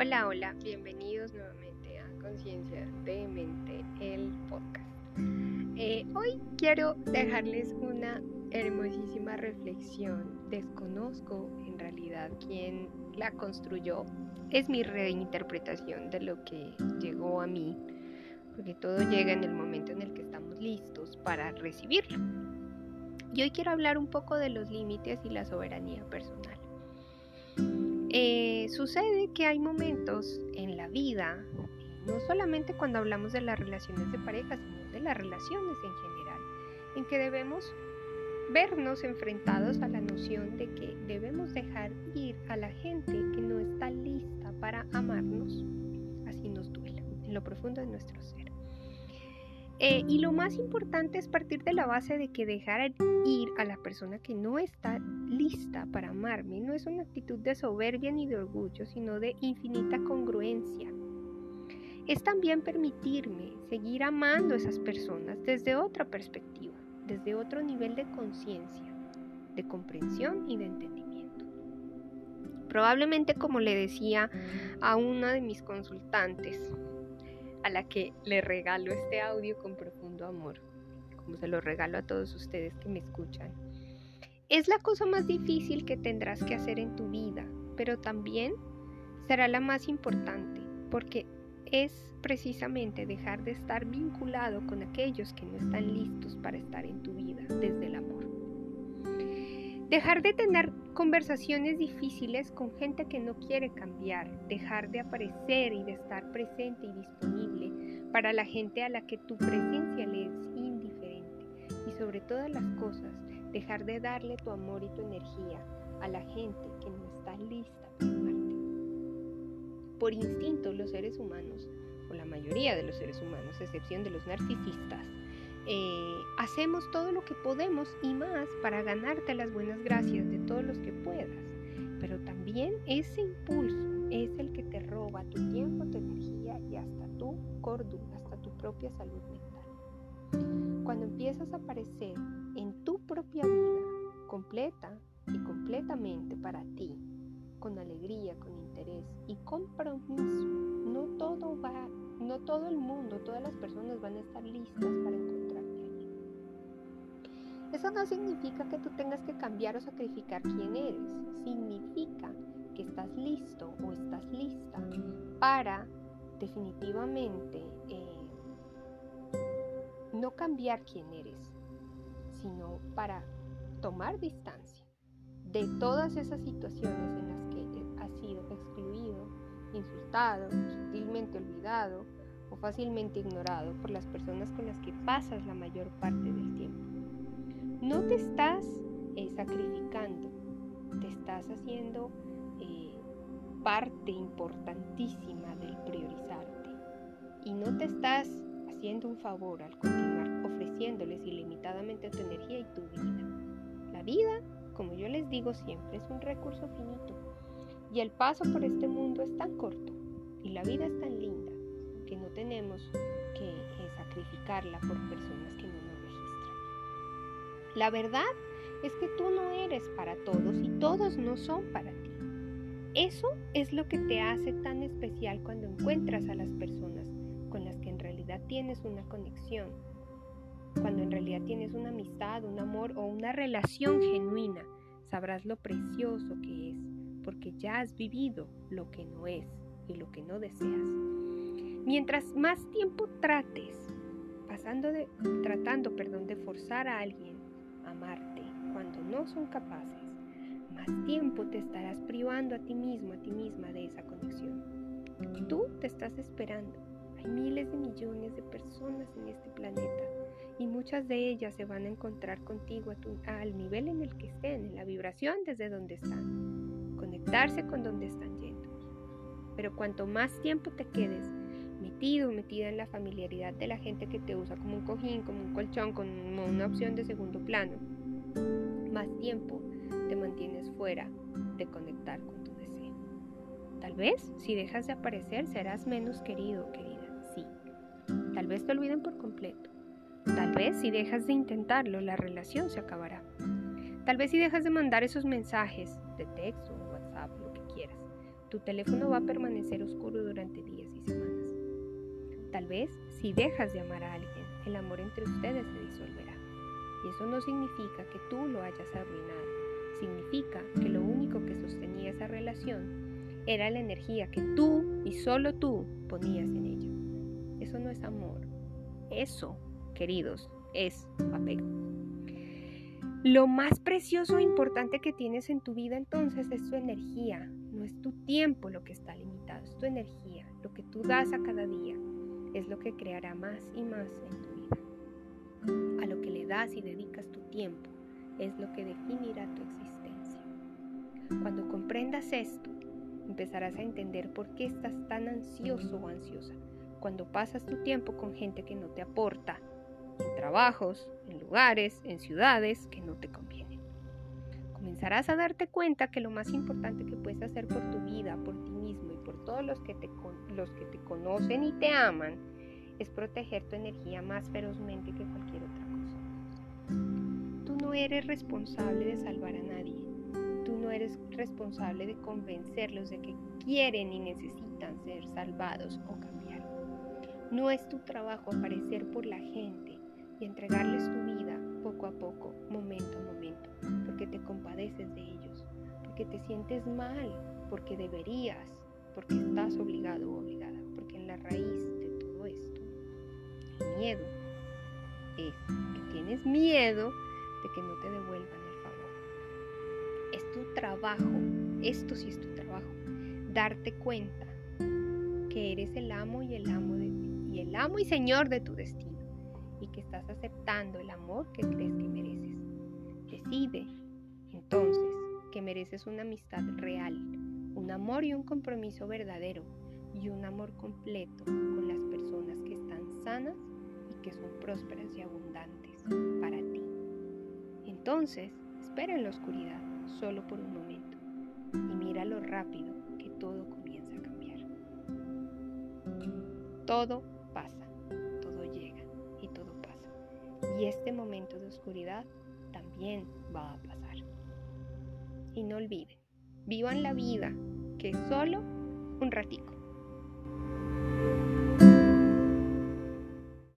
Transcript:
Hola, bienvenidos nuevamente a Conciencia de Mente, el podcast. Hoy quiero dejarles una hermosísima reflexión. Desconozco en realidad quién la construyó. Es mi reinterpretación de lo que llegó a mí, porque todo llega en el momento en el que estamos listos para recibirlo. Y hoy quiero hablar un poco de los límites y la soberanía personal. Sucede que hay momentos en la vida, no solamente cuando hablamos de las relaciones de pareja, sino de las relaciones en general, en que debemos vernos enfrentados a la noción de que debemos dejar ir a la gente que no está lista para amarnos, así nos duela, en lo profundo de nuestro ser. Y lo más importante es partir de la base de que dejar ir a la persona que no está lista para amarme no es una actitud de soberbia ni de orgullo, sino de infinita congruencia. Es también permitirme seguir amando a esas personas desde otra perspectiva, desde otro nivel de conciencia, de comprensión y de entendimiento. Probablemente, como le decía a una de mis consultantes, a la que le regalo este audio con profundo amor, como se lo regalo a todos ustedes que me escuchan. Es la cosa más difícil que tendrás que hacer en tu vida, pero también será la más importante, porque es precisamente dejar de estar vinculado con aquellos que no están listos para estar en tu vida desde el amor. Dejar de tener conversaciones difíciles con gente que no quiere cambiar, dejar de aparecer y de estar presente y disponible para la gente a la que tu presencia le es indiferente, y sobre todas las cosas, dejar de darle tu amor y tu energía a la gente que no está lista para amarte. Por instinto, los seres humanos, o la mayoría de los seres humanos, a excepción de los narcisistas, hacemos todo lo que podemos y más para ganarte las buenas gracias de todos los que puedas, pero también ese impulso es el que te roba tu tiempo, tu energía y hasta tu cordura, hasta tu propia salud mental. Cuando empiezas a aparecer en tu propia vida completa y completamente para ti, con alegría, con interés y compromiso, no todo el mundo, todas las personas van a estar listas para encontrarte allí. Eso no significa que tú tengas que cambiar o sacrificar quién eres. Significa que estás listo o estás lista para definitivamente no cambiar quién eres, sino para tomar distancia de todas esas situaciones en las que has sido excluido, insultado, sutilmente olvidado o fácilmente ignorado por las personas con las que pasas la mayor parte del tiempo. No te estás sacrificando, te estás haciendo parte importantísima del priorizarte y no te estás haciendo un favor al continuar ofreciéndoles ilimitadamente tu energía y tu vida. La vida, como yo les digo siempre, es un recurso finito y el paso por este mundo es tan corto y la vida es tan linda que no tenemos que sacrificarla por personas que no nos registran. La verdad es que tú no eres para todos y todos no son para ti. Eso es lo que te hace tan especial cuando encuentras a las personas con las que en realidad tienes una conexión, cuando en realidad tienes una amistad, un amor o una relación genuina. Sabrás lo precioso que es, porque ya has vivido lo que no es y lo que no deseas. Mientras más tiempo tratando de forzar a alguien a amarte cuando no son capaces, más tiempo te estarás privando a ti mismo, a ti misma de esa conexión. Tú te estás esperando. Hay miles de millones de personas en este planeta y muchas de ellas se van a encontrar contigo al nivel en el que estén, en la vibración desde donde están, conectarse con donde están yendo. Pero cuanto más tiempo te quedes metida en la familiaridad de la gente que te usa como un cojín, como un colchón, como una opción de segundo plano, más tiempo te mantienes fuera de conectar con tu deseo. Tal vez, si dejas de aparecer, serás menos querido o querida, sí. Tal vez te olviden por completo. Tal vez, si dejas de intentarlo, la relación se acabará. Tal vez, si dejas de mandar esos mensajes de texto o WhatsApp, lo que quieras, Tu teléfono va a permanecer oscuro durante días y semanas. Tal vez, si dejas de amar a alguien, el amor entre ustedes se disolverá. Y eso no significa que tú lo hayas arruinado. Significa que lo único que sostenía esa relación era la energía que tú y solo tú ponías en ella. Eso no es amor. Eso, queridos, es apego. Lo más precioso e importante que tienes en tu vida entonces es tu energía. No es tu tiempo lo que está limitado, es tu energía. Lo que tú das a cada día es lo que creará más y más en tu vida. A lo que le das y dedicas tu tiempo es lo que definirá tu existencia. Cuando comprendas esto, empezarás a entender por qué estás tan ansioso o ansiosa cuando pasas tu tiempo con gente que no te aporta, en trabajos, en lugares, en ciudades que no te convienen. Comenzarás a darte cuenta que lo más importante que puedes hacer por tu vida, por ti mismo y por todos los que te conocen y te aman, es proteger tu energía más ferozmente que cualquier otra cosa. Tú no eres responsable de salvar a nadie. Tú no eres responsable de convencerlos de que quieren y necesitan ser salvados o cambiar. No es tu trabajo aparecer por la gente y entregarles tu vida poco a poco, momento a momento, porque te compadeces de ellos, porque te sientes mal, porque deberías, porque estás obligado o obligada, porque en la raíz de todo esto, el miedo es que tienes miedo de que no te devuelvan el favor. Es tu trabajo, esto sí es tu trabajo, darte cuenta que eres el amo y el amo y señor de tu destino y que estás aceptando el amor que crees que mereces. Decide entonces que mereces una amistad real, un amor y un compromiso verdadero y un amor completo con las personas que están sanas y que son prósperas y abundantes para ti. Entonces, espera en la oscuridad solo por un momento y mira lo rápido que todo comienza a cambiar. Todo pasa, todo llega y todo pasa. Y este momento de oscuridad también va a pasar. Y no olviden, vivan la vida, que es solo un ratico.